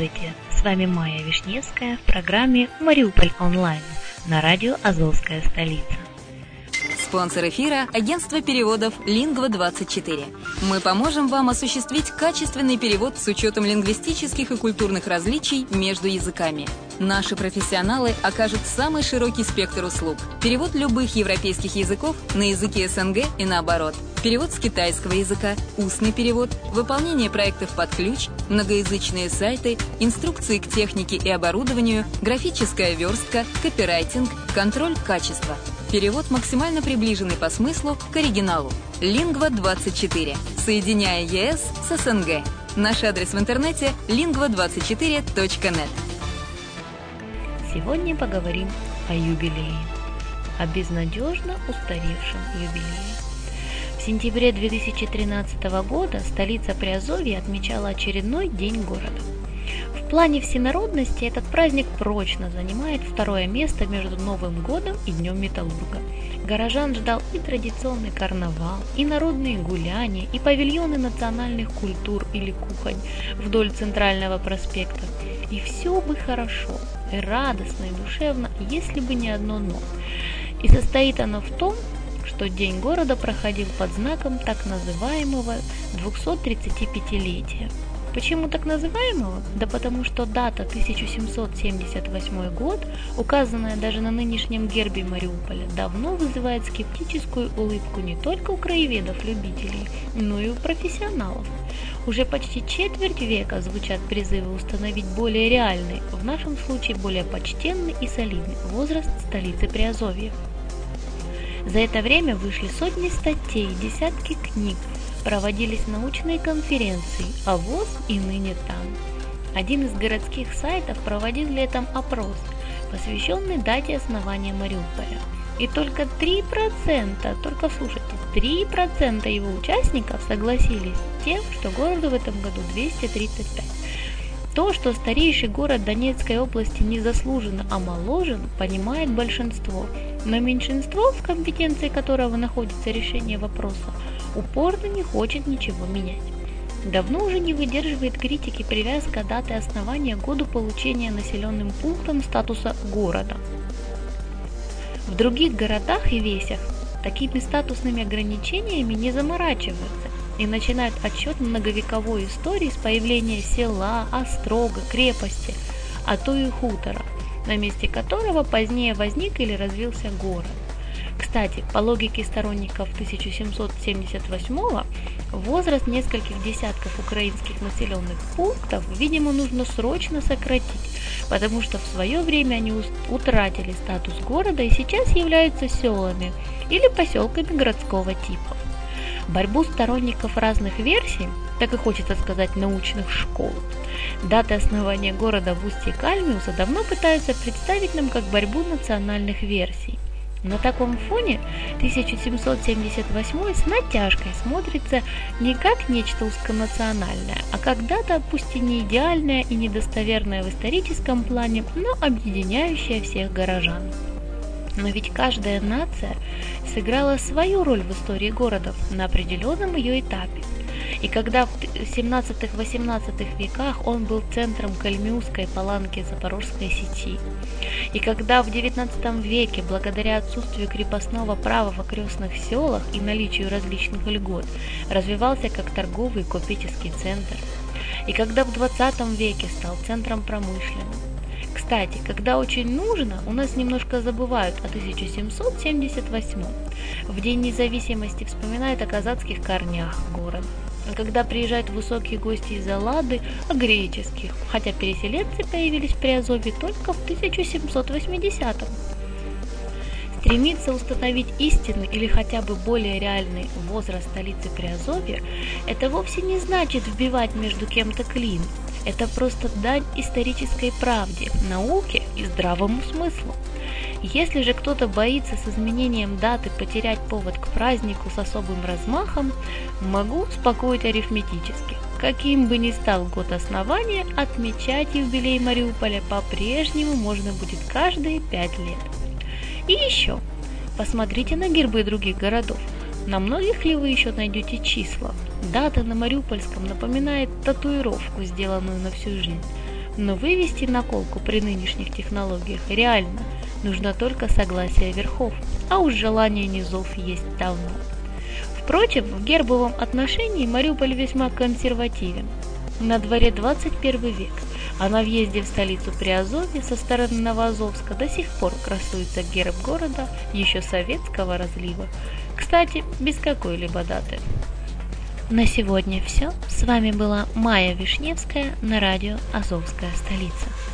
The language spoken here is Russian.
Здравствуйте! С вами Майя Вишневская в программе «Мариуполь онлайн» на радио «Азовская столица». Спонсор эфира – агентство переводов Lingva24. Мы поможем вам осуществить качественный перевод с учетом лингвистических и культурных различий между языками. Наши профессионалы окажут самый широкий спектр услуг. Перевод любых европейских языков на языки СНГ и наоборот. Перевод с китайского языка, устный перевод, выполнение проектов под ключ, многоязычные сайты, инструкции к технике и оборудованию, графическая верстка, копирайтинг, контроль качества. Перевод максимально приближенный по смыслу к оригиналу. Lingva24. Соединяя ЕС с СНГ. Наш адрес в интернете lingva24.net. Сегодня поговорим о юбилее. О безнадежно устаревшем юбилее. В сентябре 2013 года столица Приазовья отмечала очередной День города. В плане всенародности этот праздник прочно занимает второе место между Новым годом и Днем Металлурга. Горожан ждал и традиционный карнавал, и народные гуляния, и павильоны национальных культур или кухонь вдоль Центрального проспекта. И все бы хорошо, и радостно, и душевно, если бы не одно «но». И состоит оно в том, что День города проходил под знаком так называемого 235-летия. Почему так называемого? Да потому что дата 1778 год, указанная даже на нынешнем гербе Мариуполя, давно вызывает скептическую улыбку не только у краеведов-любителей, но и у профессионалов. Уже почти четверть века звучат призывы установить более реальный, в нашем случае более почтенный и солидный возраст столицы Приазовья. За это время вышли сотни статей, десятки книг, проводились научные конференции, а ВОС и ныне там. Один из городских сайтов проводил летом опрос, посвященный дате основания Мариуполя. И только 3%, только слушайте, 3% его участников согласились с тем, что городу в этом году 235. То, что старейший город Донецкой области незаслуженно омоложен, понимает большинство, но меньшинство, в компетенции которого находится решение вопроса, упорно не хочет ничего менять. Давно уже не выдерживает критики привязка даты основания к году получения населенным пунктом статуса города. В других городах и весях такими статусными ограничениями не заморачиваются и начинают отсчет многовековой истории с появления села, острога, крепости, а то и хутора, на месте которого позднее возник или развился город. Кстати, по логике сторонников 1778-го, возраст нескольких десятков украинских населенных пунктов, видимо, нужно срочно сократить, потому что в свое время они утратили статус города и сейчас являются селами или поселками городского типа. Борьбу сторонников разных версий, так и хочется сказать научных школ, даты основания города в устье Кальмиуса давно пытаются представить нам как борьбу национальных версий. На таком фоне 1778 с натяжкой смотрится не как нечто узконациональное, а как дата, пусть и не идеальная и недостоверная в историческом плане, но объединяющая всех горожан. Но ведь каждая нация сыграла свою роль в истории городов на определенном ее этапе. И когда в 17-18 веках он был центром Кальмиусской паланки Запорожской сети, и когда в XIX веке, благодаря отсутствию крепостного права в окрестных селах и наличию различных льгот, развивался как торговый и купеческий центр, и когда в XX веке стал центром промышленным. Кстати, когда очень нужно, у нас немножко забывают о 1778. В День независимости вспоминают о казацких корнях города. А когда приезжают высокие гости из Эллады, о греческих, хотя переселенцы появились в Приазовье только в 1780-м. Стремиться установить истинный или хотя бы более реальный возраст столицы Приазовья – это вовсе не значит вбивать между кем-то клин. Это просто дань исторической правде, науке и здравому смыслу. Если же кто-то боится с изменением даты потерять повод к празднику с особым размахом, могу успокоить арифметически. Каким бы ни стал год основания, отмечать юбилей Мариуполя по-прежнему можно будет каждые 5 лет. И еще, посмотрите на гербы других городов. На многих ли вы еще найдете числа? Дата на Мариупольском напоминает татуировку, сделанную на всю жизнь. Но вывести наколку при нынешних технологиях реально, нужно только согласие верхов, а уж желание низов есть давно. Впрочем, в гербовом отношении Мариуполь весьма консервативен. На дворе 21 век, а на въезде в столицу Приазовья со стороны Новоазовска до сих пор красуется герб города еще советского разлива, кстати, без какой-либо даты. На сегодня все. С вами была Майя Вишневская на радио «Азовская столица».